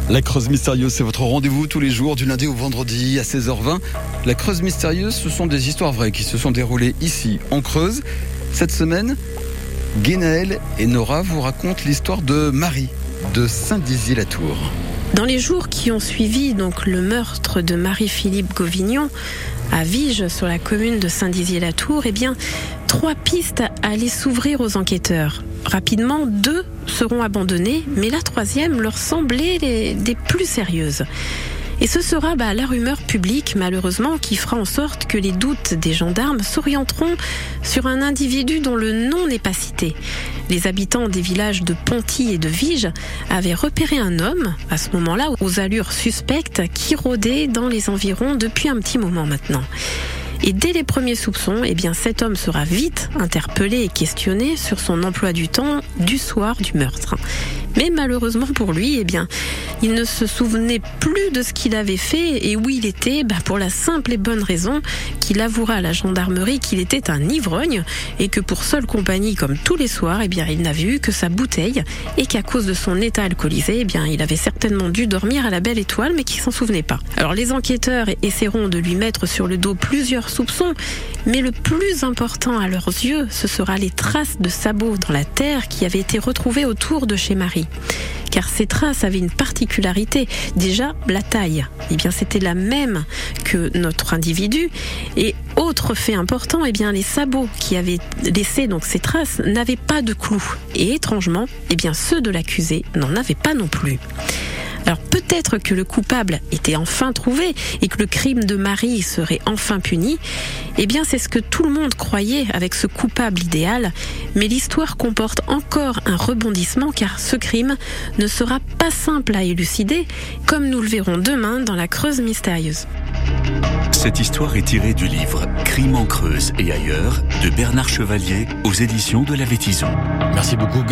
La Creuse Mystérieuse, c'est votre rendez-vous tous les jours, du lundi au vendredi à 16h20. La Creuse Mystérieuse, ce sont des histoires vraies qui se sont déroulées ici, en Creuse. Cette semaine, Guénaël et Nora vous racontent l'histoire de Marie, de Saint-Dizier-la-Tour. Dans les jours qui ont suivi donc le meurtre de Marie-Philippe Gauvignon à Viges, sur la commune de Saint-Dizier-la-Tour, 3 pistes allaient s'ouvrir aux enquêteurs. Rapidement, 2 seront abandonnées, mais la 3e leur semblait des plus sérieuses. Et ce sera la rumeur publique, malheureusement, qui fera en sorte que les doutes des gendarmes s'orienteront sur un individu dont le nom n'est pas cité. Les habitants des villages de Ponty et de Viges avaient repéré un homme, à ce moment-là, aux allures suspectes, qui rôdait dans les environs depuis un petit moment maintenant. Et dès les premiers soupçons, cet homme sera vite interpellé et questionné sur son emploi du temps du soir du meurtre. Mais malheureusement pour lui, il ne se souvenait plus de ce qu'il avait fait et où il était, pour la simple et bonne raison qu'il avouera à la gendarmerie qu'il était un ivrogne et que pour seule compagnie, comme tous les soirs, il n'avait eu que sa bouteille et qu'à cause de son état alcoolisé, il avait certainement dû dormir à la belle étoile mais qu'il s'en souvenait pas. Alors les enquêteurs essaieront de lui mettre sur le dos plusieurs soupçons, mais le plus important à leurs yeux, ce sera les traces de sabots dans la terre qui avaient été retrouvées autour de chez Marie. Car ces traces avaient une particularité. Déjà, la taille. C'était la même que notre individu. Et autre fait important, les sabots qui avaient laissé donc ces traces n'avaient pas de clous. Et étrangement, ceux de l'accusé n'en avaient pas non plus. Alors peut-être que le coupable était enfin trouvé et que le crime de Marie serait enfin puni. C'est ce que tout le monde croyait avec ce coupable idéal. Mais l'histoire comporte encore un rebondissement car ce crime ne sera pas simple à élucider, comme nous le verrons demain dans la Creuse Mystérieuse. Cette histoire est tirée du livre « Crime en Creuse et ailleurs » de Bernard Chevalier aux éditions de La Vétison. Merci beaucoup.